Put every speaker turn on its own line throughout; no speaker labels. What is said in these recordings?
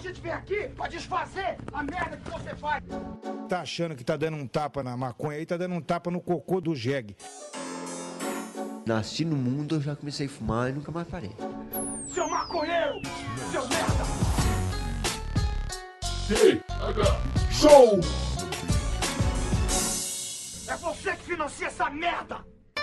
gente vem aqui pra desfazer a merda que você faz.
Tá achando que tá dando um tapa na maconha aí, tá dando um tapa no cocô do jegue.
Nasci no mundo, eu já comecei a fumar e nunca mais parei.
Seu maconheiro! Seu merda!
Show!
É você que financia essa merda!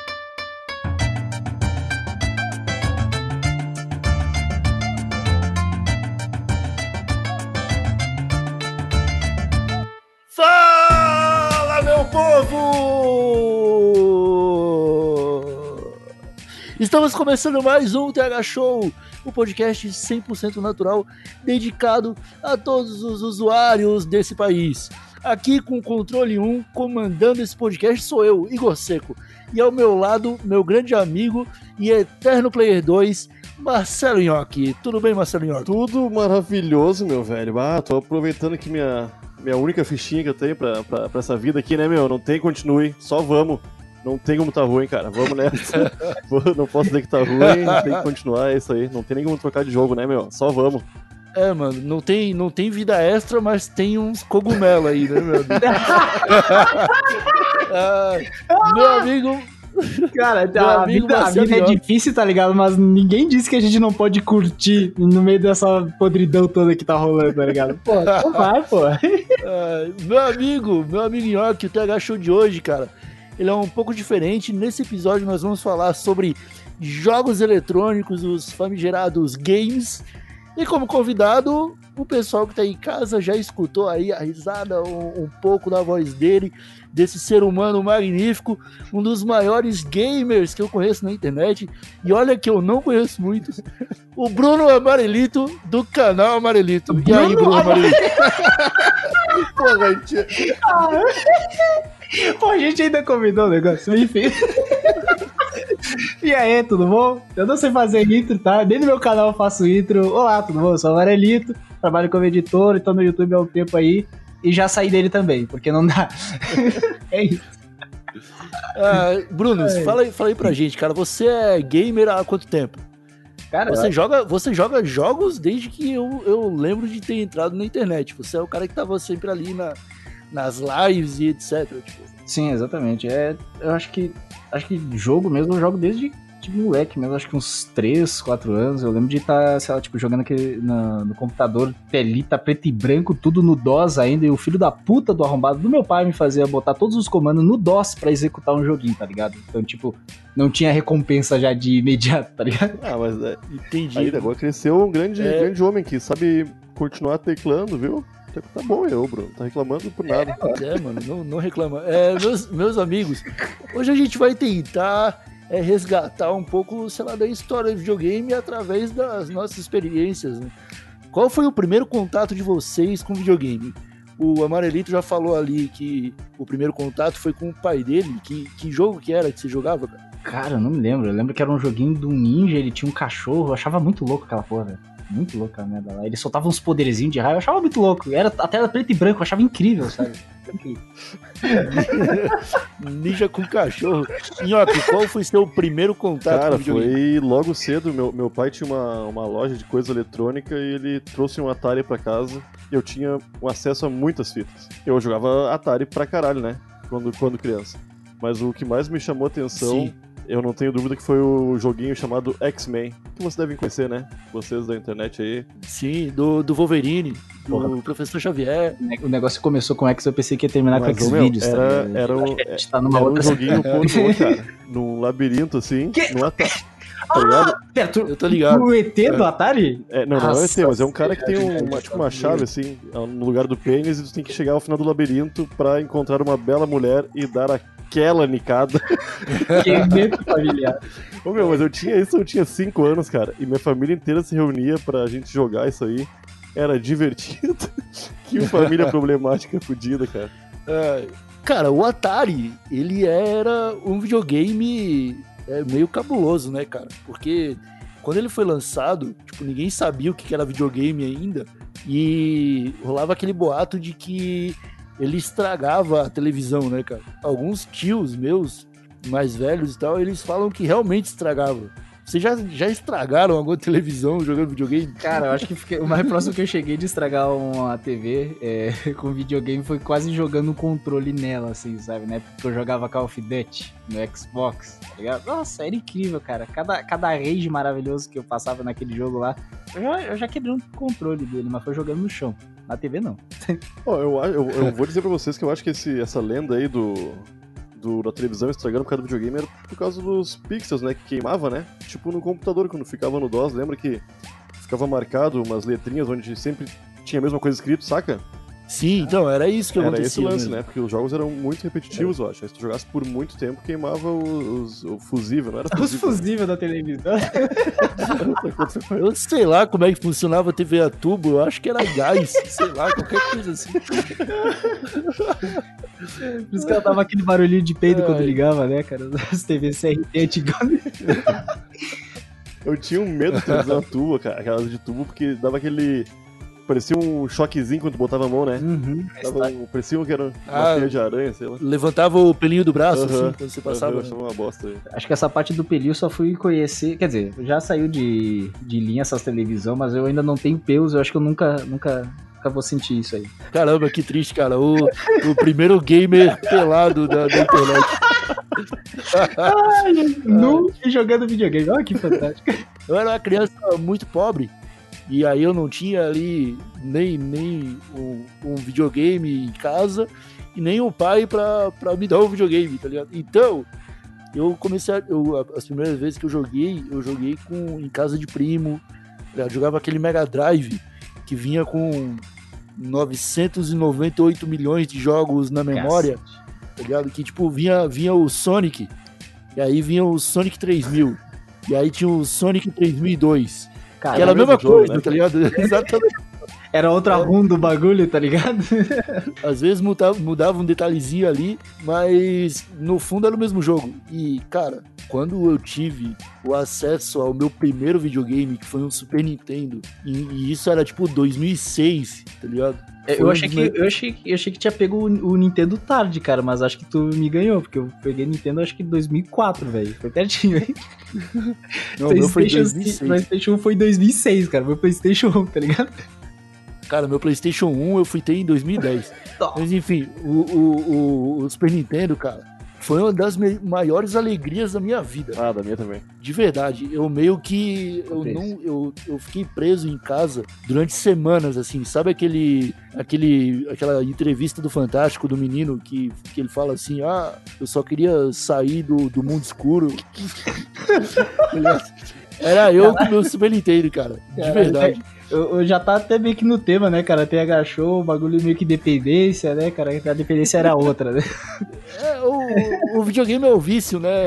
Fala, meu povo! Estamos começando mais um TH Show, um podcast 100% natural dedicado a todos os usuários desse país. Aqui com o Controle 1, comandando esse podcast, sou eu, Igor Seco. E ao meu lado, meu grande amigo e eterno Player 2, Marcelo Nhoque. Tudo bem, Marcelo Nhoque?
Tudo maravilhoso, meu velho. Tô aproveitando aqui minha única fichinha que eu tenho pra essa vida aqui, né, meu? Não tem continue, só vamos. Não tem como tá ruim, cara. Vamos nessa. Não posso dizer que tá ruim, tem que continuar, é isso aí. Não tem nem como trocar de jogo, né, meu? Só vamos.
É, mano, não tem vida extra, mas tem uns cogumelos aí, né, meu amigo? Meu amigo...
Cara, a vida é difícil, tá ligado? Mas ninguém disse que a gente não pode curtir no meio dessa podridão toda que tá rolando, tá ligado? Pô, então vai, pô.
Meu amigo Nhoque, o TH Show de hoje, cara, ele é um pouco diferente. Nesse episódio nós vamos falar sobre jogos eletrônicos, os famigerados games. E como convidado, o pessoal que tá aí em casa já escutou aí a risada, um pouco da voz dele, desse ser humano magnífico, um dos maiores gamers que eu conheço na internet, e olha que eu não conheço muitos, o Bruno Amarelito, do canal Amarelito. E aí, Bruno Amarelito?
Porra, tia.
Pô, a gente ainda convidou o negócio, enfim. E aí, tudo bom? Eu não sei fazer intro, tá? Nem no meu canal eu faço intro. Olá, tudo bom? Eu sou o Amarelito, trabalho como editor, então no YouTube há um tempo aí. E já saí dele também, porque não dá. É isso.
Bruno, fala aí pra gente, cara. Você é gamer há quanto tempo?
Cara,
você joga jogos desde que eu lembro de ter entrado na internet. Você é o cara que tava sempre ali nas lives e etc. Tipo.
Sim, exatamente. Eu acho que jogo mesmo eu jogo desde moleque mesmo, acho que uns 3, 4 anos. Eu lembro de estar, sei lá, tipo, jogando aqui no computador, telita preto e branco, tudo no DOS ainda, e o filho da puta do arrombado do meu pai me fazia botar todos os comandos no DOS pra executar um joguinho, tá ligado? Então, tipo, não tinha recompensa já de imediato, tá ligado?
Mas
entendi.
Aí agora cresceu um grande homem que sabe continuar teclando, viu? Tá bom, Bruno. Tá reclamando por nada.
Mano, não reclama. Meus amigos, hoje a gente vai tentar resgatar um pouco, sei lá, da história do videogame através das nossas experiências, né? Qual foi o primeiro contato de vocês com videogame? O Amarelito já falou ali que o primeiro contato foi com o pai dele. Que jogo que era que você jogava, cara?
Cara, eu não me lembro. Eu lembro que era um joguinho do ninja, ele tinha um cachorro. Eu achava muito louco aquela porra, velho. Muito louco a merda lá. Ele soltava uns poderzinhos de raio, eu achava muito louco. Era a tela preto e branco, eu achava incrível, sabe?
Ninja com cachorro. Nhoque, qual foi seu primeiro contato
com
o videogame?
Foi logo cedo. Meu pai tinha uma loja de coisa eletrônica e ele trouxe um Atari pra casa e eu tinha um acesso a muitas fitas. Eu jogava Atari pra caralho, né? Quando criança. Mas o que mais me chamou a atenção...
Sim.
Eu não tenho dúvida que foi o joguinho chamado X-Men, que vocês devem conhecer, né? Vocês da internet aí.
Sim, do Wolverine, do Professor Xavier.
O negócio começou com X, eu pensei que ia terminar com X-Videos, tá ligado?
Era um joguinho pornô, cara. Num labirinto, assim, no Atari. Tá ligado?
Eu tô ligado.
O ET do Atari?
Não é o ET, mas é um cara que tem uma chave, assim, no lugar do pênis, e tu tem que chegar ao final do labirinto pra encontrar uma bela mulher e dar aquela nicada.
Que medo familiar.
Mas eu tinha 5 anos, cara, e minha família inteira se reunia pra gente jogar isso aí. Era divertido. Que família problemática fodida, cara.
Cara, o Atari, ele era um videogame meio cabuloso, né, cara? Porque quando ele foi lançado, tipo, ninguém sabia o que era videogame ainda, e rolava aquele boato de que ele estragava a televisão, né, cara? Alguns tios meus, mais velhos e tal, eles falam que realmente estragava. Vocês já estragaram alguma televisão jogando videogame?
Cara, eu acho que o mais próximo que eu cheguei de estragar uma TV com videogame foi quase jogando um controle nela, assim, sabe, né? Porque eu jogava Call of Duty no Xbox, tá ligado? Nossa, era incrível, cara. Cada rage maravilhoso que eu passava naquele jogo lá, eu já quebrei um controle dele, mas foi jogando no chão. Na TV, não.
Eu vou dizer pra vocês que eu acho que essa lenda aí da televisão estragando por causa do videogame era por causa dos pixels, né, que queimava, né? Tipo no computador, quando ficava no DOS, lembra que ficava marcado umas letrinhas onde sempre tinha a mesma coisa escrito, saca?
Sim, então, era isso que acontecia.
Era esse lance,
mesmo.
né? Porque os jogos eram muito repetitivos, eu acho. Aí se tu jogasse por muito tempo, queimava o fusível, não era
Os
fusível.
fusíveis da televisão.
Eu sei lá como é que funcionava a TV a tubo, eu acho que era gás, sei lá, qualquer coisa assim.
Por isso que ela dava aquele barulhinho de peido quando ligava, né, cara? As TVs CRT antigas.
Eu tinha um medo de televisão a tubo, cara, aquelas de tubo, porque dava aquele... Parecia um choquezinho quando tu botava a mão, né? Parecia que era uma teia de aranha, sei lá.
Levantava o pelinho do braço, assim, quando você passava.
Achava uma bosta aí.
Acho que essa parte do pelil eu só fui conhecer. Quer dizer, já saiu de linha essas televisão, mas eu ainda não tenho pelos, eu acho que eu nunca vou sentir isso aí.
Caramba, que triste, cara. O primeiro gamer pelado da internet.
Nunca jogando videogame. Olha que fantástico.
Eu era uma criança muito pobre. E aí eu não tinha ali nem um videogame em casa e nem o pai pra me dar um videogame, tá ligado? Então, eu comecei as primeiras vezes que eu joguei em casa de primo. Eu jogava aquele Mega Drive que vinha com 998 milhões de jogos na memória, tá ligado? Que tipo, vinha o Sonic, e aí vinha o Sonic 3000, e aí tinha o Sonic 3002.
Cara,
que era a mesma coisa,
né?
tá ligado? Exatamente.
Era outra run do bagulho, tá ligado?
Às vezes mudava um detalhezinho ali, mas no fundo era o mesmo jogo. E, cara, quando eu tive o acesso ao meu primeiro videogame, que foi um Super Nintendo, e isso era tipo 2006, tá ligado?
Eu achei que tinha pego o Nintendo tarde, cara, mas acho que tu me ganhou, porque eu peguei Nintendo acho que em 2004, velho. Foi pertinho, hein?
Não, o meu foi 2006.
PlayStation 1 foi em 2006, cara. Meu PlayStation 1, tá ligado?
Cara, meu PlayStation 1 eu fui ter em 2010. Mas enfim, o Super Nintendo, cara, foi uma das maiores alegrias da minha vida.
Ah, da minha também.
De verdade, eu meio que eu fiquei preso em casa durante semanas, assim, sabe aquela entrevista do Fantástico do menino que ele fala assim, eu só queria sair do mundo escuro. Era eu com o meu Super Nintendo, cara, de verdade.
Eu já tá até meio que no tema, né, cara? TH Show, o bagulho meio que dependência, né, cara? A dependência era outra, né?
O videogame é o vício, né?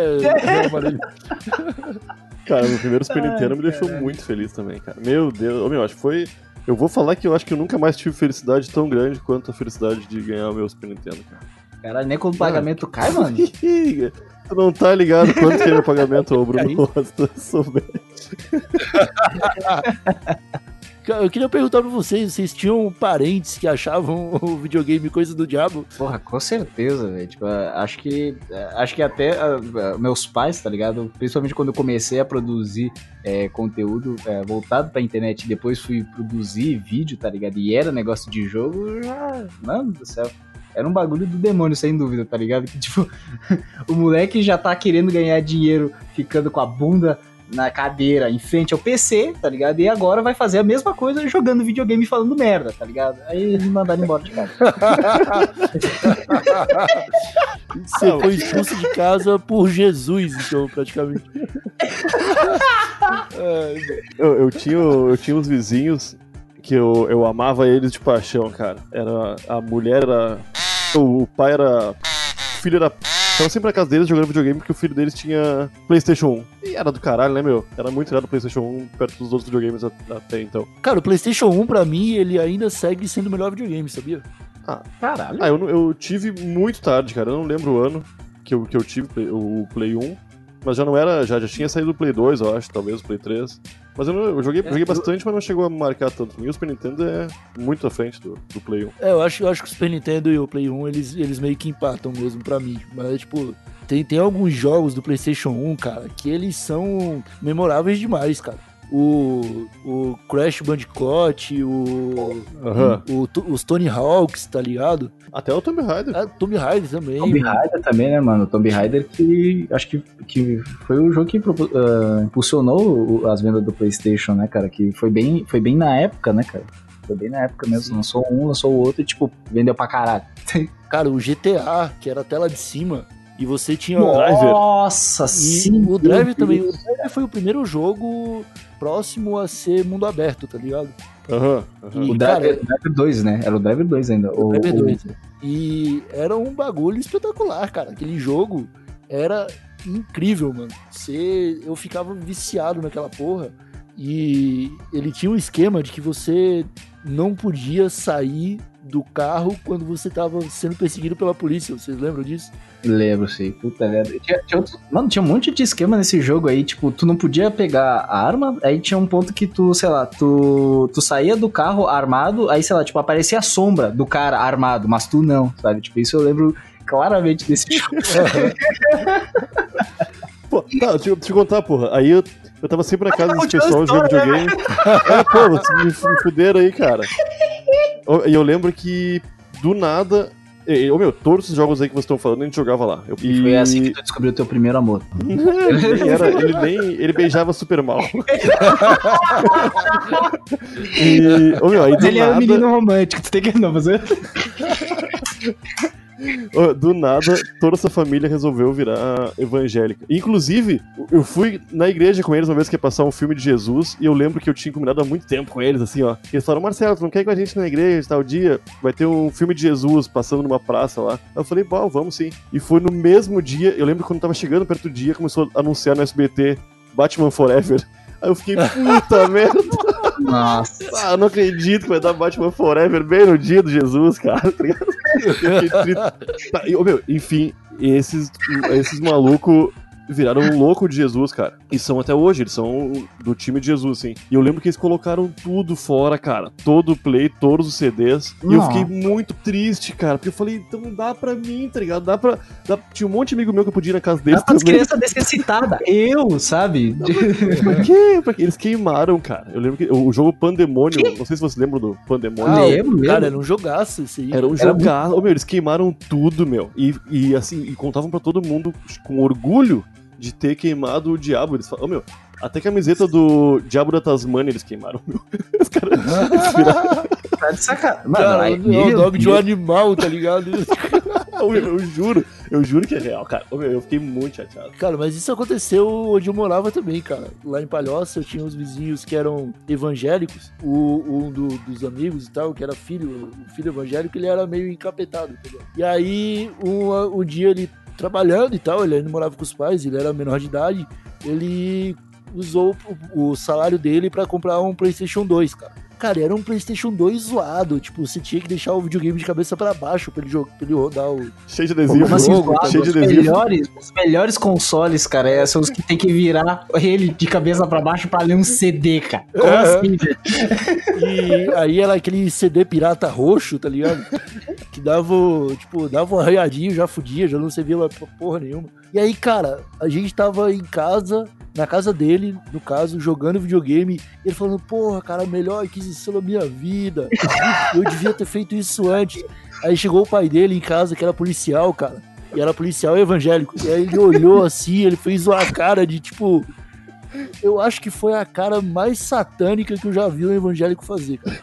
Cara, o primeiro Super Nintendo me deixou muito feliz também, cara. Meu Deus, acho que foi... Eu vou falar que eu acho que eu nunca mais tive felicidade tão grande quanto a felicidade de ganhar o meu Super Nintendo, cara.
Caralho, nem quando o pagamento cai, mano?
Tu não tá ligado quanto que é meu pagamento, ô Bruno? Se tu souber.
Eu queria perguntar pra vocês tinham parentes que achavam o videogame coisa do diabo?
Porra, com certeza, velho. Tipo, acho que até meus pais, tá ligado? Principalmente quando eu comecei a produzir conteúdo voltado pra internet, depois fui produzir vídeo, tá ligado? E era negócio de jogo, mano do céu. Era um bagulho do demônio, sem dúvida, tá ligado? Que, tipo, o moleque já tá querendo ganhar dinheiro ficando com a bunda na cadeira em frente ao PC, tá ligado? E agora vai fazer a mesma coisa jogando videogame e falando merda, tá ligado? Aí eles mandaram embora de casa.
Você foi expulso de casa por Jesus, então, praticamente.
Eu tinha uns vizinhos que eu amava eles de paixão, cara. A mulher era... O pai era... O filho era... Tava sempre na casa deles jogando videogame porque o filho deles tinha PlayStation 1. E era do caralho, né, meu? Era muito irado o PlayStation 1 perto dos outros videogames até então.
Cara, o PlayStation 1 pra mim, ele ainda segue sendo o melhor videogame, sabia?
Caralho.
Eu tive muito tarde, cara. Eu não lembro o ano que eu tive o Play 1. Mas já não era... Já tinha saído o Play 2, eu acho. Talvez o Play 3. Mas eu joguei bastante, mas não chegou a marcar tanto. E o Super Nintendo é muito à frente do Play 1.
Eu acho que o Super Nintendo e o Play 1, eles meio que empatam mesmo pra mim. Mas, tipo, tem alguns jogos do PlayStation 1, cara, que eles são memoráveis demais, cara. O Crash Bandicoot, os Tony Hawks, tá ligado?
Até o Tomb Raider.
Tomb Raider também.
Tomb Raider também, né, mano? Tomb Raider que acho que foi o jogo que impulsionou as vendas do PlayStation, né, cara? Que foi bem na época, né, cara? Foi bem na época mesmo. Sim. Lançou um, lançou o outro e, tipo, vendeu pra caralho.
Cara, o GTA, que era a tela de cima, e você tinha
o
Driver.
Nossa, sim.
O Driver também. O Driver foi o primeiro jogo próximo a ser mundo aberto, tá ligado?
O Driver 2, né? Era o Driver 2 ainda.
O Driver 2. E era um bagulho espetacular, cara. Aquele jogo era incrível, mano. Eu ficava viciado naquela porra. E ele tinha um esquema de que você não podia sair do carro quando você tava sendo perseguido pela polícia. Vocês lembram disso?
Lembro, sei. Puta merda. Mano, tinha um monte de esquema nesse jogo aí. Tipo, tu não podia pegar a arma. Aí tinha um ponto que tu, sei lá, tu saía do carro armado. Aí, sei lá, tipo, aparecia a sombra do cara armado. Mas tu não, sabe? Tipo, isso eu lembro claramente desse jogo.
Pô, tá, deixa eu te contar, porra. Aí eu tava sempre na casa desse pessoal jogando videogame. Pô, vocês me fuderam aí, cara. E eu lembro que, do nada... todos esses jogos aí que vocês estão falando, a gente jogava lá.
E foi assim que tu descobriu o teu primeiro amor.
Ele beijava super mal. Aí
ele é um menino romântico, tu tem que não fazer.
Do nada, toda essa família resolveu virar evangélica. Inclusive, eu fui na igreja com eles uma vez que ia passar um filme de Jesus, e eu lembro que eu tinha combinado há muito tempo com eles, assim, ó. Eles falaram, Marcelo, tu não quer ir com a gente na igreja tal dia? Vai ter um filme de Jesus passando numa praça lá. Eu falei, bom, vamos sim. E foi no mesmo dia, eu lembro que quando tava chegando perto do dia, começou a anunciar no SBT Batman Forever. Aí eu fiquei, puta merda.
Nossa.
Eu não acredito que vai dar Batman Forever bem no dia do Jesus, cara. Enfim, esses malucos viraram um louco de Jesus, cara. E são até hoje, eles são do time de Jesus, assim. E eu lembro que eles colocaram tudo fora, cara. Todo o Play, todos os CDs. Não. E eu fiquei muito triste, cara. Porque eu falei, então dá pra mim, tá ligado? Tinha um monte de amigo meu que eu podia ir na casa deles.
Dá pra criança necessitada. Eu, sabe?
Por quê? Porque eles queimaram, cara. Eu lembro que o jogo Pandemônio, não sei se você lembra do Pandemônio.
Lembro. Cara, era um jogaço esse aí.
Era um jogaço. Eles queimaram tudo, meu. E assim, e contavam pra todo mundo com orgulho de ter queimado o diabo. Eles falam, até a camiseta do Diabo da Tasmânia eles queimaram, meu. Os caras viraram...
Tá de sacanagem.
Mano, é o nome de um animal, tá ligado?
eu juro que é real, cara. Eu fiquei muito chateado.
Cara, mas isso aconteceu onde eu morava também, cara. Lá em Palhoça eu tinha uns vizinhos que eram evangélicos. Dos amigos e tal, que era o filho evangélico, ele era meio encapetado, entendeu? E aí, um dia ele trabalhando e tal, ele ainda morava com os pais, ele era menor de idade, ele usou o salário dele pra comprar um PlayStation 2, cara. Cara, era um PlayStation 2 zoado, tipo, você tinha que deixar o videogame de cabeça pra baixo pra ele rodar o...
Cheio de adesivo.
Cheio de adesivo. Os melhores consoles, cara, são os que tem que virar ele de cabeça pra baixo pra ler um CD, cara. Como assim, velho?
E aí era aquele CD pirata roxo, tá ligado? Que dava um arranhadinho, já fudia, já não servia pra porra nenhuma. E aí, cara, a gente tava em casa, na casa dele, no caso, jogando videogame, ele falando, porra, cara, a melhor aquisição da minha vida, eu devia ter feito isso antes. Aí chegou o pai dele em casa, que era policial, cara, e era policial evangélico, e aí ele olhou assim, ele fez uma cara de, tipo, eu acho que foi a cara mais satânica que eu já vi um evangélico fazer, cara.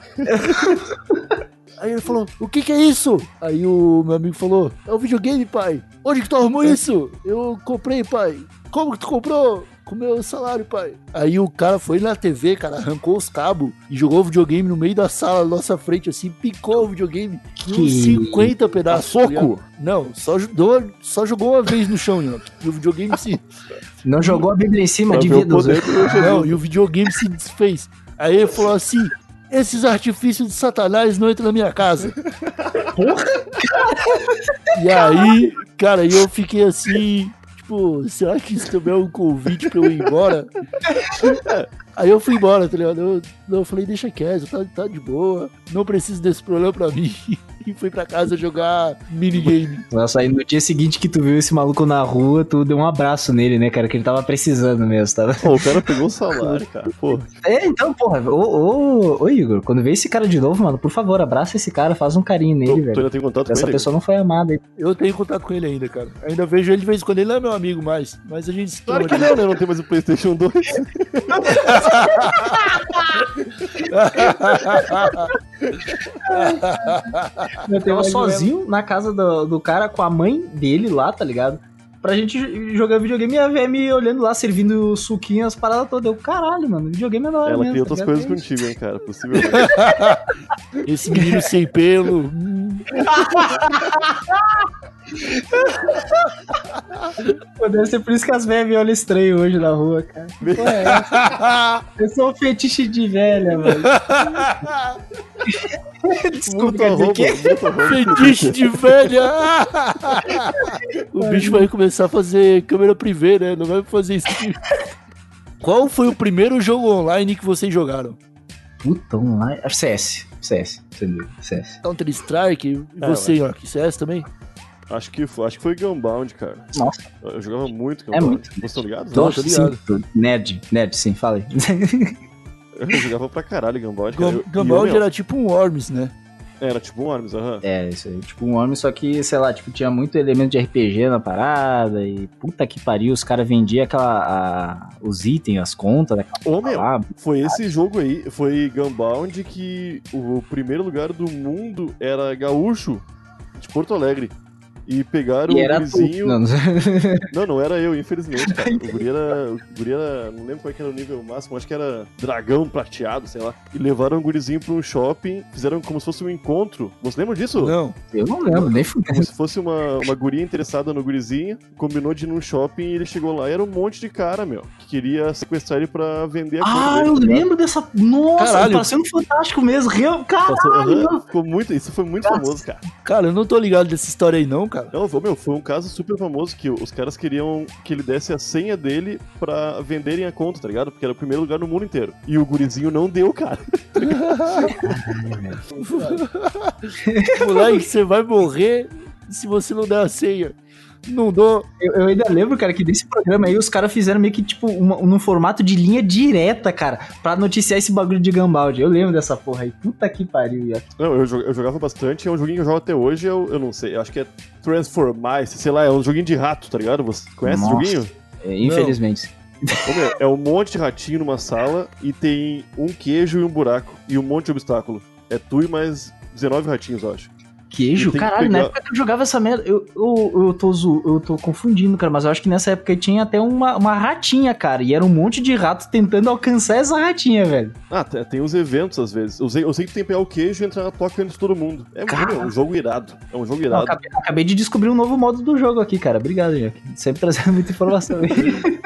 Aí ele falou, o que é isso? Aí o meu amigo falou, é um videogame, pai. Onde que tu arrumou isso? Eu comprei, pai. Como que tu comprou? Com o meu salário, pai. Aí o cara foi na TV, cara, arrancou os cabos e jogou o videogame no meio da sala, na nossa frente, assim, picou o videogame em uns 50 pedaços.
Soco?
Não, só jogou uma vez no chão, né? E o videogame se...
Não jogou a Bíblia em cima de vidros.
Não, e o videogame se desfez. Aí ele falou assim... Esses artifícios de Satanás não entram na minha casa.
Porra!
E aí, cara, eu fiquei assim, tipo, será que isso também é um convite pra eu ir embora? Aí eu fui embora, tá ligado? Eu falei, deixa quieto, tá de boa, não preciso desse problema pra mim. e foi pra casa jogar minigame.
Nossa, aí no dia seguinte que tu viu esse maluco na rua, tu deu um abraço nele, né, cara? Que ele tava precisando mesmo, tá?
Pô, o cara pegou o salário, cara. Pô.
Então, porra, ô Igor, quando vê esse cara de novo, mano, por favor, abraça esse cara, faz um carinho nele, velho.
Tu ainda tem contato com
Essa
ele?
pessoa não foi amada aí.
Eu tenho contato com ele ainda, cara. Ainda vejo ele de vez em quando. Ele não é meu amigo mais, mas a gente se
Claro
tromba
que não, né? Não tem mais o PlayStation 2.
Eu tava sozinho na casa do cara com a mãe dele lá, tá ligado? Pra gente jogar videogame e a véia me olhando lá, servindo suquinho, as paradas todas. Eu, caralho, mano, videogame é da hora
Ela
mesmo,
cria
tá
outras
ligado?
coisas contigo, hein, cara. Possivelmente.
Esse menino sem pelo.
Pô, deve ser por isso que as velhas me olham estranho hoje na rua, cara. Pô, é essa? Eu sou um fetiche de velha, mano. Desculpa,
Muda
quer
a
dizer
roupa,
que...
muda a roupa.
Fetiche de velha! O bicho vai começar a fazer câmera privê, né? Não vai fazer isso. Qual foi o primeiro jogo online que vocês jogaram?
Puta, online... CS, entendeu? CS.
Counter-Strike? E você, York? CS também?
Acho que foi Gunbound, cara.
Nossa.
Eu jogava muito
É
Gunbound.
muito.
Vocês estão ligados?
Tô
Nossa,
ligado.
sim. Nerd, sim, fala aí.
Eu jogava pra caralho Gunbound, cara.
Gunbound era tipo um Worms, né?
Era tipo um Arms, aham.
É, isso aí, tipo um homem, só que, sei lá, tipo, tinha muito elemento de RPG na parada e puta que pariu, os caras vendiam os itens, as contas daquela
Ô, meu,
lá.
foi esse jogo aí, foi Gunbound que o primeiro lugar do mundo era gaúcho de Porto Alegre. E pegaram
E
o
era
gurizinho...
tu.
Não era eu, infelizmente, cara. O guri era... Não lembro qual que era o nível máximo, acho que era dragão prateado, sei lá. E levaram o gurizinho pra um shopping, fizeram como se fosse um encontro. Você lembra disso?
Não.
Eu não lembro, nem fudendo.
Como se fosse uma guria interessada no gurizinho, combinou de ir num shopping e ele chegou lá e era um monte de cara, meu, que queria sequestrar ele pra vender a conta
Ah,
dele,
eu
tá ligado?
lembro dessa. Nossa,
Caralho.
tá sendo fantástico mesmo.
Passou-
Caralho.
aham, ficou muito, isso foi muito famoso, cara.
Cara, eu não tô ligado dessa história aí não, cara.
Não, meu, foi um caso super famoso que os caras queriam que ele desse a senha dele pra venderem a conta, tá ligado? Porque era o primeiro lugar no mundo inteiro. E o gurizinho não deu, cara.
Moleque, você vai morrer se você não der a senha. Não dou.
Eu ainda lembro, cara, que desse programa aí os caras fizeram meio que, tipo, num formato de linha direta, cara, pra noticiar esse bagulho de Gunbound. Eu lembro dessa porra aí. Puta que pariu, Iac.
Não, eu jogava bastante, é um joguinho que eu jogo até hoje, eu não sei, eu acho que é Transformice, sei lá, é um joguinho de rato, tá ligado? Você conhece esse
Nossa.
joguinho?
É, infelizmente.
Ô, meu, é um monte de ratinho numa sala e tem um queijo e um buraco e um monte de obstáculo. É tu e mais 19 ratinhos, eu acho.
Queijo?
E tem que
Caralho, na
pegar-
época que eu jogava essa merda, eu tô confundindo, cara, mas eu acho que nessa época aí tinha até uma ratinha, cara, e era um monte de ratos tentando alcançar essa ratinha, velho.
Ah, tem uns eventos às vezes. Eu sei que tem que pegar o queijo e entrar na toca antes de todo mundo. É um jogo irado. É um jogo
Não,
irado.
acabei de descobrir um novo modo do jogo aqui, cara. Obrigado, Jack. Sempre trazendo muita informação aí.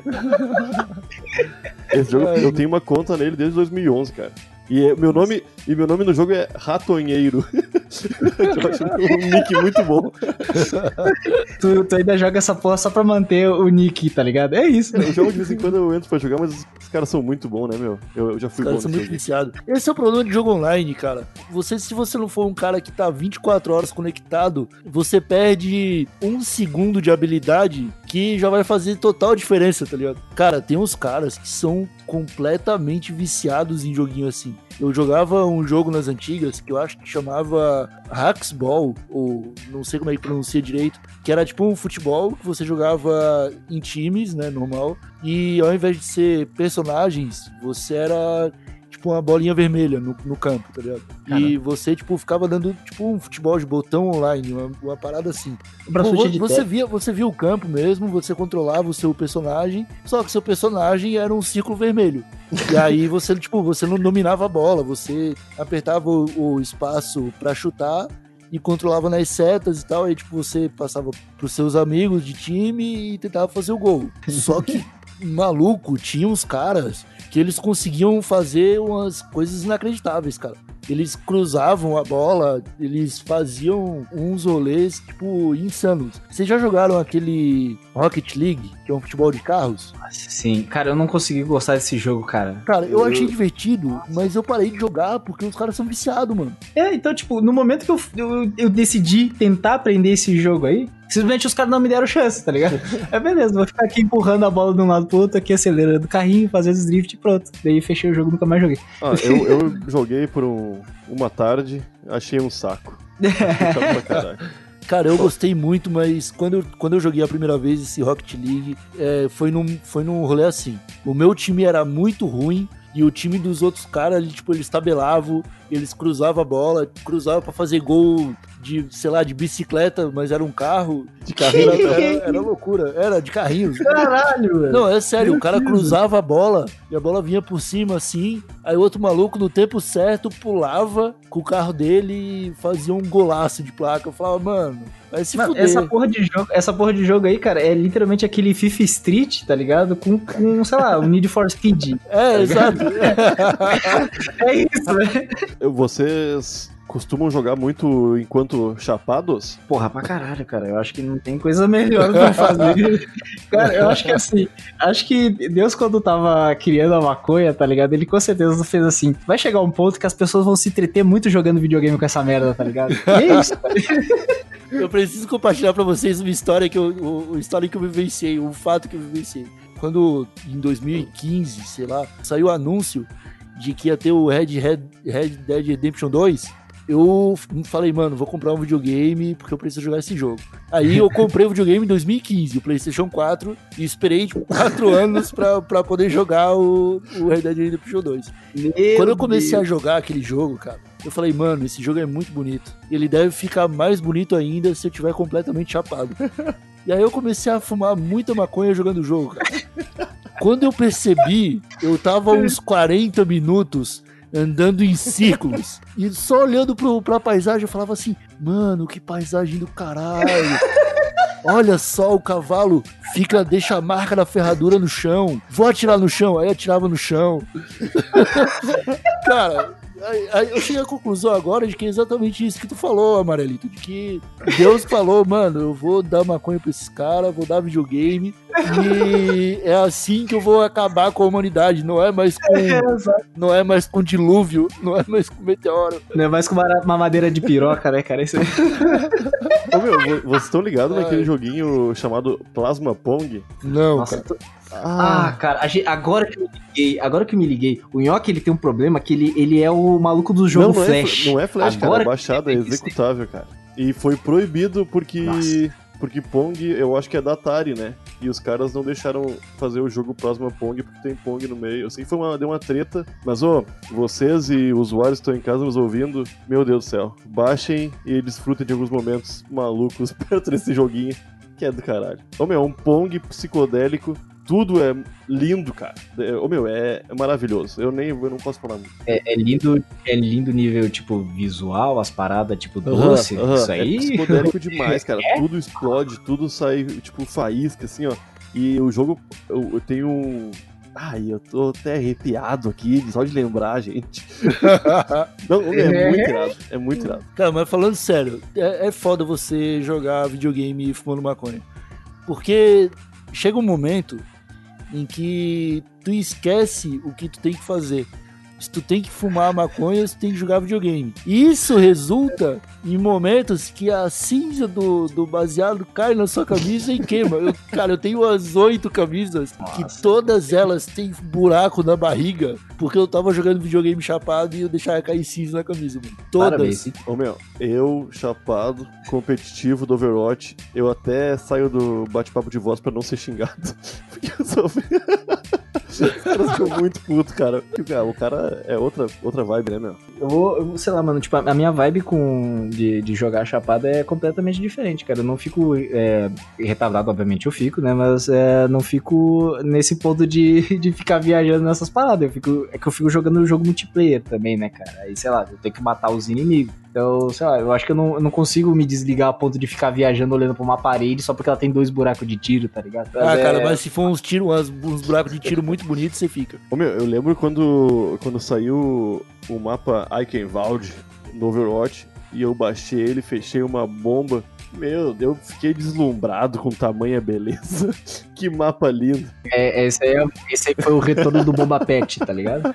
Esse jogo, eu tenho uma conta nele desde 2011, cara. E meu nome no jogo é Ratonheiro. Eu acho um nick muito bom.
tu ainda joga essa porra só pra manter o nick, tá ligado? É isso, né?
Eu jogo de vez em quando, eu entro pra jogar, mas os caras são muito bons, né, meu? Eu já fui
Os
bom
caras são
nesse
muito
jogo.
viciados. Esse é o problema de jogo online, cara. Se você não for um cara que tá 24 horas conectado, você perde 1 segundo de habilidade que já vai fazer total diferença, tá ligado? Cara, tem uns caras que são completamente viciados em joguinho assim. Eu jogava um jogo nas antigas que eu acho que chamava Hacksball, ou não sei como é que pronuncia direito, que era tipo um futebol que você jogava em times, né, normal, e ao invés de ser personagens, você era tipo uma bolinha vermelha no campo, tá ligado? E você, tipo, ficava dando tipo um futebol de botão online, uma parada assim. Você via o campo mesmo, você controlava o seu personagem, só que seu personagem era um círculo vermelho. E aí você, tipo, você não dominava a bola, você apertava o espaço pra chutar e controlava nas setas e tal, aí tipo, você passava pros seus amigos de time e tentava fazer o gol. Só que, maluco, tinha uns caras que eles conseguiam fazer umas coisas inacreditáveis, cara. eles cruzavam a bola, eles faziam uns rolês, tipo, insanos. Vocês já jogaram aquele Rocket League, que é um futebol de carros?
Sim, cara, eu não consegui gostar desse jogo, cara.
Cara, eu achei divertido, mas eu parei de jogar porque os caras são viciados, mano.
Então, tipo, no momento que eu decidi tentar aprender esse jogo aí, simplesmente os caras não me deram chance, tá ligado? Beleza, vou ficar aqui empurrando a bola de um lado pro outro, aqui acelerando o carrinho, fazendo os drift e pronto. Daí fechei o jogo e nunca mais joguei.
Eu joguei por uma tarde, achei um saco. Chato pra caralho.
Cara, eu gostei muito, mas quando eu joguei a primeira vez esse Rocket League, foi num rolê assim. O meu time era muito ruim e o time dos outros caras, eles tabelavam, eles cruzavam a bola, cruzavam pra fazer gol de, sei lá, de bicicleta, mas era um carro.
De carrinho.
Era loucura, era de carrinhos.
Caralho, velho.
Não, é sério, o cara cruzava a bola e a bola vinha por cima assim, aí o outro maluco no tempo certo pulava com o carro dele e fazia um golaço de placa. Eu falava, mano, vai se fuder.
Essa porra de jogo aí, cara, é literalmente aquele FIFA Street, tá ligado? Com sei lá, o Need for Speed.
Exato.
É isso, né?
Vocês costumam jogar muito enquanto chapados?
Porra, pra caralho, cara. Eu acho que não tem coisa melhor pra fazer. Cara, eu acho que assim, Deus quando tava criando a maconha, tá ligado? Ele com certeza fez assim, vai chegar um ponto que as pessoas vão se entreter muito jogando videogame com essa merda, tá ligado? E é isso, cara.
Eu preciso compartilhar pra vocês uma história que eu vivenciei, um fato que eu vivenciei. Quando, em 2015, sei lá, saiu o anúncio de que ia ter o Red Dead Redemption 2, eu falei, mano, vou comprar um videogame porque eu preciso jogar esse jogo. Aí eu comprei o videogame em 2015, o PlayStation 4, e esperei 4 anos pra poder jogar o Red Dead Redemption 2. Quando eu comecei a jogar aquele jogo, cara, eu falei, mano, esse jogo é muito bonito. Ele deve ficar mais bonito ainda se eu tiver completamente chapado. E aí eu comecei a fumar muita maconha jogando o jogo, cara. Quando eu percebi, eu tava uns 40 minutos andando em círculos e só olhando pra paisagem, eu falava assim, mano, que paisagem do caralho. Olha só, o cavalo deixa a marca da ferradura no chão. Vou atirar no chão. Aí atirava no chão. Cara, aí eu cheguei à conclusão agora de que é exatamente isso que tu falou, Amarelito. De que Deus falou, mano, eu vou dar maconha pra esses caras, vou dar videogame. E é assim que eu vou acabar com a humanidade. Não é mais com dilúvio, não é mais com meteoro.
Não é mais com uma madeira de piroca, né, cara? Isso aí.
Ô, meu, vocês estão ligados naquele joguinho chamado Plasma Pong?
Não,
Nossa,
cara.
Cara, agora que eu me liguei, o Nhoque, ele tem um problema que ele é o maluco do jogo Flash.
Não é Flash,
agora
cara, é baixada, é executável, cara. E foi proibido porque Pong, eu acho que é da Atari, né? E os caras não deixaram fazer o jogo Plasma Pong porque tem Pong no meio. Eu sei que deu uma treta, mas vocês e usuários que estão em casa nos ouvindo, meu Deus do céu, baixem e desfrutem de alguns momentos malucos perto desse joguinho, que é do caralho. Um Pong psicodélico, tudo é lindo, cara. É maravilhoso. Eu não posso falar muito.
É lindo nível, tipo, visual, as paradas, tipo, doce, isso aí.
É psicodélico demais, cara. Tudo explode, tudo sai, tipo, faísca, assim, ó. E o jogo, eu tenho um... Ai, eu tô até arrepiado aqui, só de lembrar, gente. Não, é muito irado, é muito irado.
Cara, mas falando sério, é foda você jogar videogame fumando maconha. Porque chega um momento em que tu esquece o que tu tem que fazer. Se tu tem que fumar maconha, tu tem que jogar videogame. E isso resulta em momentos que a cinza do baseado cai na sua camisa e queima. Eu tenho umas 8 camisas. Nossa. Que todas elas têm buraco na barriga, porque eu tava jogando videogame chapado e eu deixava cair cinza na camisa, mano. Todas.
Eu, chapado, competitivo do Overwatch, eu até saio do bate-papo de voz pra não ser xingado. Porque eu sou... Os caras ficam muito putos, cara. O cara é outra vibe, né, meu?
Eu sei lá, mano, tipo, a minha vibe de jogar chapado é completamente diferente, cara. Eu não fico retardado, obviamente eu fico, né? Mas não fico nesse ponto de ficar viajando nessas paradas. Eu fico jogando o jogo multiplayer também, né, cara? Aí, sei lá, eu tenho que matar os inimigos. Então, sei lá, eu acho que eu não consigo me desligar a ponto de ficar viajando olhando pra uma parede só porque ela tem 2 buracos de tiro, tá ligado?
Cara, mas se for uns buracos de tiro muito bonitos, você fica.
Ô, meu, eu lembro quando saiu o mapa Eichenwald no Overwatch e eu baixei ele, fechei uma bomba. Meu, eu fiquei deslumbrado com tamanha beleza. Que mapa lindo.
Esse aí foi o retorno do Boba Pet, tá ligado?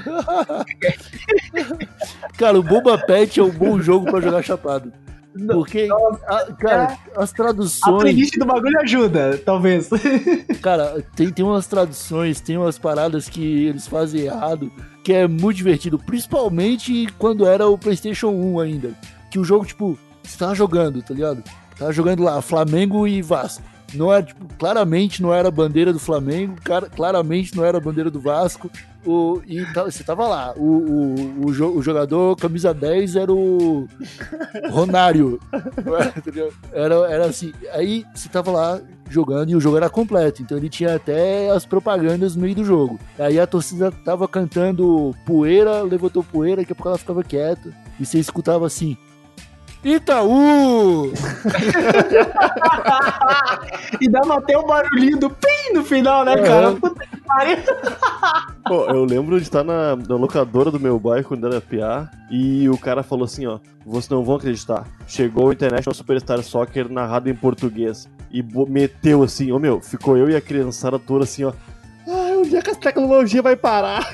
Cara, o Boba Pet é um bom jogo pra jogar chapado. Porque, cara, as traduções...
A playlist do bagulho ajuda, talvez.
Cara, tem umas traduções, tem umas paradas que eles fazem errado, que é muito divertido. Principalmente quando era o PlayStation 1 ainda. Que o jogo, tipo, você tava jogando, tá ligado? Tava jogando lá, Flamengo e Vasco. Não era, tipo, claramente não era a bandeira do Flamengo, claramente não era a bandeira do Vasco. Você tava lá. O jogador camisa 10 era o Ronário. Era assim. Aí você tava lá jogando e o jogo era completo. Então ele tinha até as propagandas no meio do jogo. Aí a torcida tava cantando poeira, levantou poeira, daqui a pouco ela ficava quieta. E você escutava assim: Itaú!
E dava até o barulhinho do pim no final, né, cara? Puta que pariu.
Pô, eu lembro de estar na locadora do meu bairro quando era PA e o cara falou assim, ó: vocês não vão acreditar, chegou o International Superstar Soccer narrado em português. E meteu assim, ô meu, ficou eu e a criançada toda assim, ó: onde é que a tecnologia vai parar?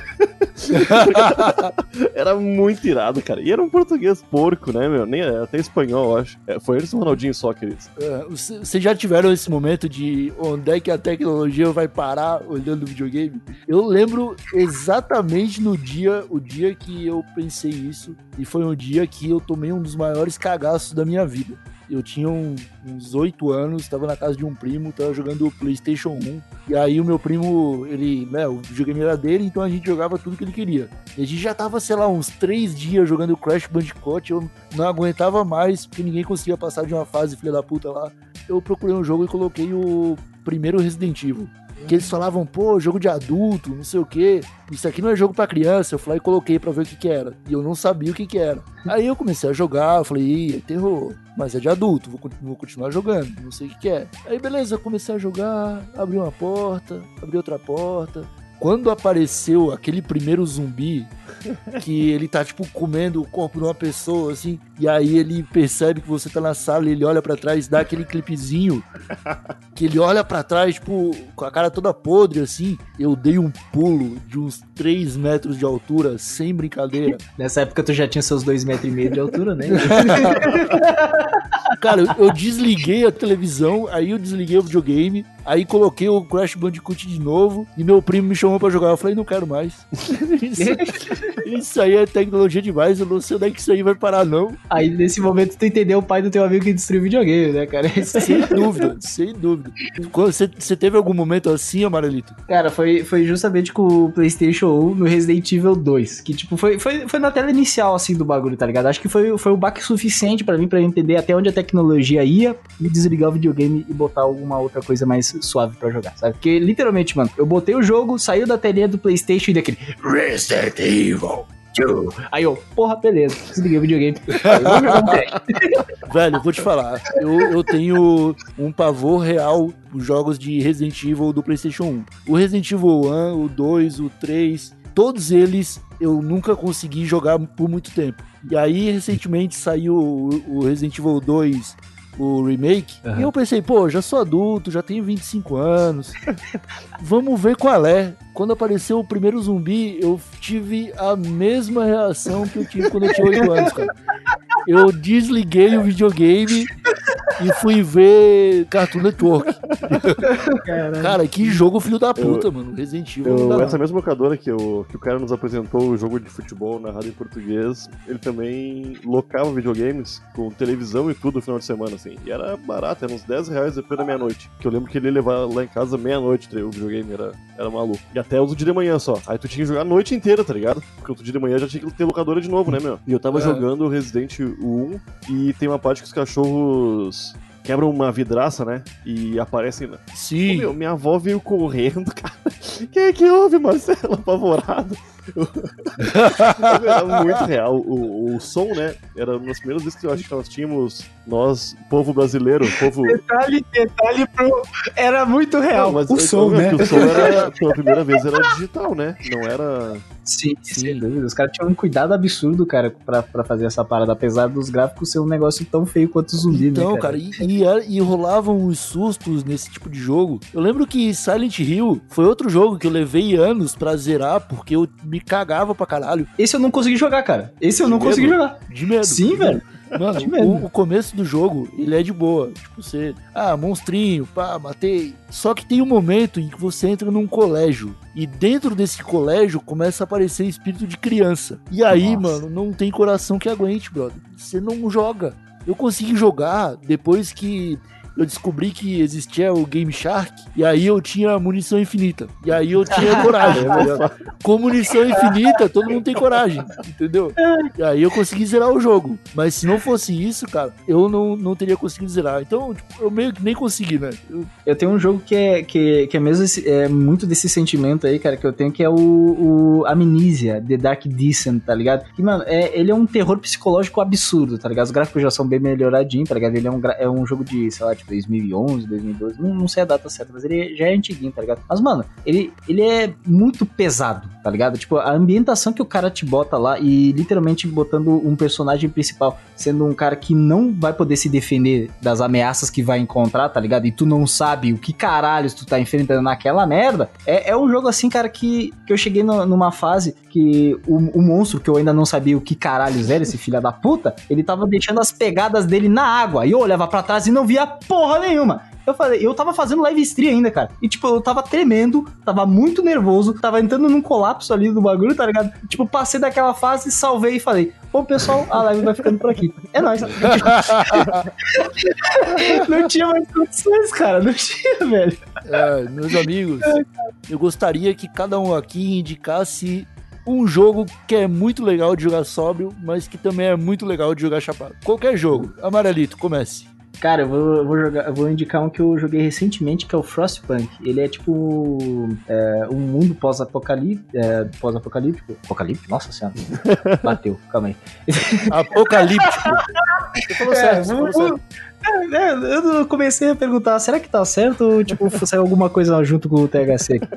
Era muito irado, cara. E era um português porco, né, meu? Nem era até espanhol, eu acho. Foi eles do Ronaldinho Soccer, isso.
Vocês já tiveram esse momento de onde é que a tecnologia vai parar olhando o videogame? Eu lembro exatamente o dia que eu pensei isso. E foi um dia que eu tomei um dos maiores cagaços da minha vida. Eu tinha uns 8 anos, tava na casa de um primo, tava jogando o PlayStation 1. E aí o meu primo, ele, né, o videogame era dele, então a gente jogava tudo que ele queria. E a gente já tava, sei lá, uns 3 dias jogando Crash Bandicoot, eu não aguentava mais, porque ninguém conseguia passar de uma fase, filha da puta lá. Eu procurei um jogo e coloquei o primeiro Resident Evil. Que eles falavam, pô, jogo de adulto, não sei o que, isso aqui não é jogo pra criança. Eu falei e coloquei pra ver o que era. E eu não sabia o que era. Aí eu comecei a jogar, eu falei, ih, é terror, mas é de adulto, vou continuar jogando, não sei o que é. Aí beleza, eu comecei a jogar, abri uma porta, abri outra porta. Quando apareceu aquele primeiro zumbi, que ele tá, tipo, comendo o corpo de uma pessoa, assim, e aí ele percebe que você tá na sala, ele olha pra trás, dá aquele clipezinho, que ele olha pra trás, tipo, com a cara toda podre, assim, eu dei um pulo de uns 3 metros de altura, sem brincadeira.
Nessa época tu já tinha seus 2,5 metros de altura, né?
Cara, eu desliguei a televisão, aí eu desliguei o videogame, aí coloquei o Crash Bandicoot de novo, e meu primo me chamou pra jogar. Eu falei, não quero mais. Isso aí é tecnologia demais, eu não sei onde é que isso aí vai parar, não.
Aí nesse momento tu entendeu o pai do teu amigo que destruiu o videogame, né, cara?
Sem dúvida, sem dúvida. Você teve algum momento assim, Amarelito?
Cara, foi justamente com o PlayStation 1 no Resident Evil 2, que tipo, foi na tela inicial, assim, do bagulho, tá ligado? Acho que foi o baque suficiente pra mim, pra eu entender até onde a tecnologia ia, me desligar o videogame e botar alguma outra coisa mais suave pra jogar, sabe? Porque, literalmente, mano, eu botei o jogo, saiu da telinha do PlayStation e daquele Resident Evil 2. Aí eu, porra, beleza, desliguei o videogame. Aí, vou jogar um teste.
Velho, vou te falar, eu tenho um pavor real dos jogos de Resident Evil do PlayStation 1. O Resident Evil 1, o 2, o 3, todos eles eu nunca consegui jogar por muito tempo. E aí, recentemente, saiu o Resident Evil 2, o remake, e eu pensei, pô, já sou adulto, já tenho 25 anos, vamos ver qual é. Quando apareceu o primeiro zumbi, eu tive a mesma reação que eu tive quando eu tinha 8 anos, cara. Eu desliguei o videogame e fui ver Cartoon Network. Cara, que jogo filho da puta, mano. Resident Evil.
Essa mesma locadora que o cara nos apresentou o jogo de futebol narrado em português, ele também locava videogames com televisão e tudo no final de semana, assim. E era barato, era uns R$10 depois da meia-noite. Que eu lembro que ele ia levar lá em casa meia-noite o videogame, era maluco. E até outro dia de manhã só. Aí tu tinha que jogar a noite inteira, tá ligado? Porque outro dia de manhã já tinha que ter locadora de novo, né, meu? E eu tava jogando Resident 1 e tem uma parte que os cachorros quebram uma vidraça, né? E aparecem...
Sim.
Pô, minha avó veio correndo, cara. Que houve, Marcelo? Apavorado. Era muito real. O som, né? Era uma das primeiras vezes que eu acho que nós tínhamos, povo brasileiro, povo...
Detalhe era muito real.
Não, mas
o som, né?
O som era, pela primeira vez, era digital, né? Não era...
Sim, sem dúvida. Os caras tinham um cuidado absurdo, cara, pra fazer essa parada, apesar dos gráficos ser um negócio tão feio quanto o zumbi,
então,
né, cara?
E rolavam os sustos nesse tipo de jogo. Eu lembro que Silent Hill foi outro jogo que eu levei anos pra zerar, porque eu me cagava pra caralho.
Esse eu não consegui jogar, cara. Esse eu não consegui jogar.
De medo.
Sim, velho.
Mano, o começo do jogo, ele é de boa. Tipo, você... monstrinho, pá, matei. Só que tem um momento em que você entra num colégio. E dentro desse colégio começa a aparecer espírito de criança. E aí, mano, não tem coração que aguente, brother. Você não joga. Eu consegui jogar depois que eu descobri que existia o Game Shark, e aí eu tinha munição infinita. E aí eu tinha coragem. Com munição infinita, todo mundo tem coragem, entendeu? E aí eu consegui zerar o jogo. Mas se não fosse isso, cara, eu não teria conseguido zerar. Então, tipo, eu meio que nem consegui, né?
Eu tenho um jogo que é mesmo muito desse sentimento aí, cara, que eu tenho, que é o Amnesia, The Dark Descent, tá ligado? Que, mano, ele é um terror psicológico absurdo, tá ligado? Os gráficos já são bem melhoradinhos, tá ligado? Ele é um jogo de, sei lá, tipo, 2011, 2012, não sei a data certa, mas ele já é antiguinho, tá ligado? Mas, mano, ele é muito pesado, tá ligado? Tipo, a ambientação que o cara te bota lá, e literalmente botando um personagem principal sendo um cara que não vai poder se defender das ameaças que vai encontrar, tá ligado? E tu não sabe o que caralhos tu tá enfrentando naquela merda, é um jogo assim, cara, que eu cheguei numa fase que o monstro, que eu ainda não sabia o que caralhos era, esse filho da puta, ele tava deixando as pegadas dele na água, e eu olhava pra trás e não via porra nenhuma. Eu tava fazendo live stream ainda, cara. E, tipo, eu tava tremendo, tava muito nervoso, tava entrando num colapso ali do bagulho, tá ligado? Tipo, passei daquela fase, salvei e falei: bom, pessoal, a live vai ficando por aqui. É nóis. Não tinha mais condições, cara. Não tinha, velho.
Meus amigos, eu gostaria que cada um aqui indicasse um jogo que é muito legal de jogar sóbrio, mas que também é muito legal de jogar chapado. Qualquer jogo. Amarelito, comece.
Cara, eu vou indicar um que eu joguei recentemente, que é o Frostpunk. Ele é tipo um mundo pós-apocalíptico. Apocalíptico? Nossa senhora. Bateu, calma aí.
Apocalíptico. Você falou certo.
Eu comecei a perguntar, será que tá certo ou, tipo, saiu alguma coisa junto com o THC aqui?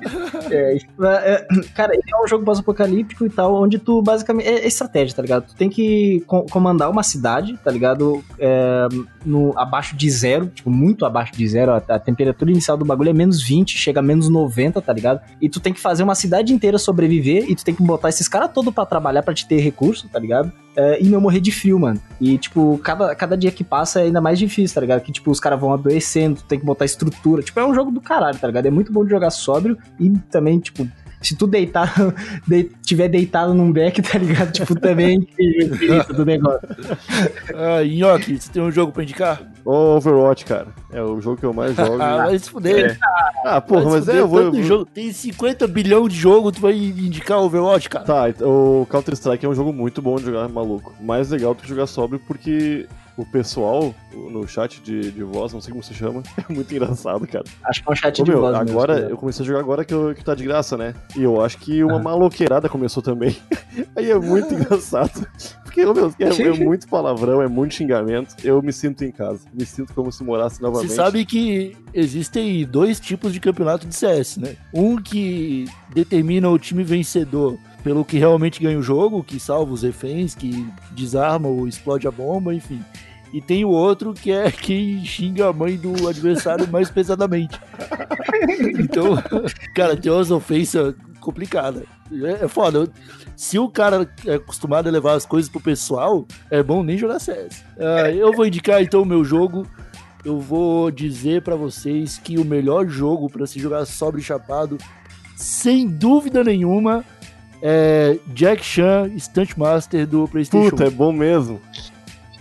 Cara, ele é um jogo pós-apocalíptico e tal, onde tu basicamente... É estratégia, tá ligado? Tu tem que comandar uma cidade, tá ligado? Abaixo de zero, tipo, muito abaixo de zero. A temperatura inicial do bagulho é menos 20, chega a menos 90, tá ligado? E tu tem que fazer uma cidade inteira sobreviver e tu tem que botar esses caras todos pra trabalhar, pra te ter recurso, tá ligado? E não morrer de frio, mano. E, tipo, cada dia que passa é ainda mais difícil, tá ligado? Que, tipo, os caras vão adoecendo, tu tem que botar estrutura. Tipo, é um jogo do caralho, tá ligado? É muito bom de jogar sóbrio e também, tipo, se tu tiver deitado num beck, tá ligado? Tipo, também é do negócio.
Nhoque, você tem um jogo pra indicar?
Overwatch, cara. É o jogo que eu mais jogo.
Vai se fuder.
Porra, mas eu vou...
Jogo. Tem 50 bilhão de jogo, tu vai indicar Overwatch, cara?
Tá, o Counter-Strike é um jogo muito bom de jogar, maluco. Mais legal do que jogar sóbrio, porque o pessoal no chat de voz, não sei como se chama, é muito engraçado, cara.
Acho que é um chat de voz
agora,
mesmo.
eu comecei a jogar agora que tá de graça, né? E eu acho que uma maloqueirada começou também. Aí é muito engraçado. Porque, é muito palavrão, é muito xingamento. Eu me sinto em casa. Me sinto como se morasse novamente.
Você sabe que existem 2 tipos de campeonato de CS, né? Um que determina o time vencedor pelo que realmente ganha o jogo, que salva os reféns, que desarma ou explode a bomba, enfim. E tem o outro que é quem xinga a mãe do adversário mais pesadamente. Então, cara, tem umas ofensas complicadas. É foda. Se o cara é acostumado a levar as coisas pro pessoal, é bom nem jogar CS. Eu vou indicar então o meu jogo. Eu vou dizer pra vocês que o melhor jogo pra se jogar sóbrio e chapado, sem dúvida nenhuma, é Jack Chan Stunt Master do PlayStation.
Puta, é bom mesmo.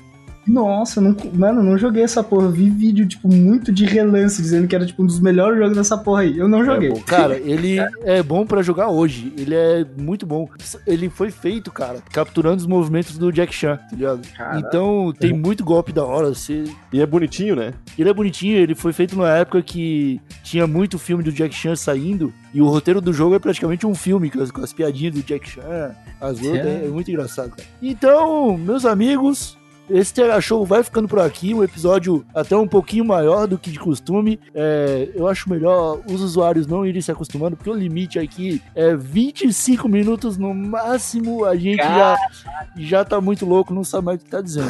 Nossa, mano, não joguei essa porra. Eu vi vídeo, tipo, muito de relance, dizendo que era, tipo, um dos melhores jogos dessa porra aí. Eu não joguei.
bom.
Cara, ele é bom pra jogar hoje. Ele é muito bom. Ele foi feito, cara, capturando os movimentos do Jack Chan, tá ligado?
Caraca.
Então, tem muito golpe da hora.
E é bonitinho, né?
Ele é bonitinho, ele foi feito numa época que tinha muito filme do Jack Chan saindo, e o roteiro do jogo é praticamente um filme, com as piadinhas do Jack Chan, as lutas, é muito engraçado, cara. Então, meus amigos, esse TH Show vai ficando por aqui, um episódio até um pouquinho maior do que de costume. Eu acho melhor os usuários não irem se acostumando, porque o limite aqui é 25 minutos no máximo. A gente já tá muito louco, não sabe mais o que tá dizendo.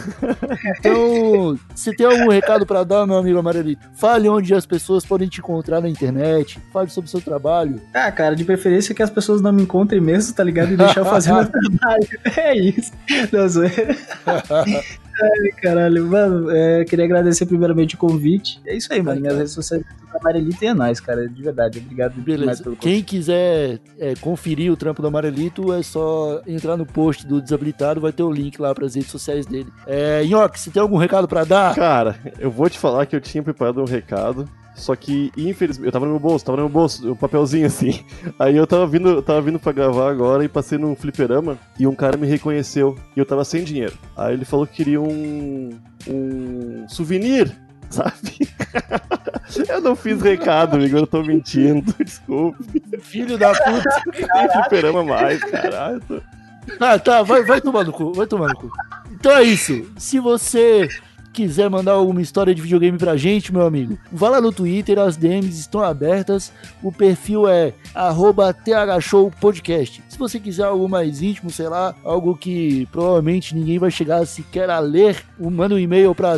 Então, você tem algum recado pra dar, meu amigo Amarelito? Fale onde as pessoas podem te encontrar na internet, fale sobre o seu trabalho.
Ah, cara, de preferência que as pessoas não me encontrem mesmo, tá ligado? E deixar eu fazer meu trabalho. É isso. Não, zoeira. Ai, caralho, mano, queria agradecer primeiramente o convite. É isso aí, mano. Minhas redes sociais do Amarelito e é nóis, cara. De verdade, obrigado demais
Beleza.
pelo
Quem quiser conferir o trampo do Amarelito, é só entrar no post do Desabilitado, vai ter o link lá pras redes sociais dele. Nhoque, você tem algum recado pra dar?
Cara, eu vou te falar que eu tinha preparado um recado, só que, infelizmente, eu tava no meu bolso, o papelzinho assim. Aí eu tava vindo pra gravar agora e passei num fliperama e um cara me reconheceu e eu tava sem dinheiro. Aí ele falou que queria um souvenir, sabe? Eu não fiz recado, amigo, eu tô mentindo, desculpe.
Filho da puta.
Não tem fliperama mais, caralho.
Ah, tá, vai tomar no cu, vai tomar no cu. Então é isso, se você quiser mandar alguma história de videogame pra gente, meu amigo, vá lá no Twitter, as DMs estão abertas, o perfil é @thshowpodcast. Se você quiser algo mais íntimo, sei lá, algo que provavelmente ninguém vai chegar sequer a ler, manda um e-mail pra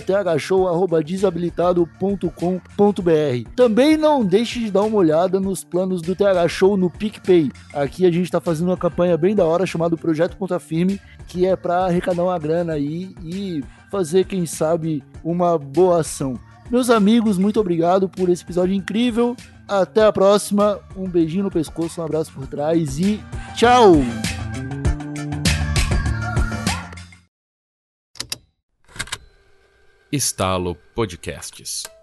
thshow@desabilitado.com.br. Também não deixe de dar uma olhada nos planos do TH Show no PicPay. Aqui a gente tá fazendo uma campanha bem da hora chamada Projeto Ponta Firme, que é pra arrecadar uma grana aí e fazer, quem sabe, uma boa ação. Meus amigos, muito obrigado por esse episódio incrível. Até a próxima. Um beijinho no pescoço, um abraço por trás e tchau!
Estalo Podcasts.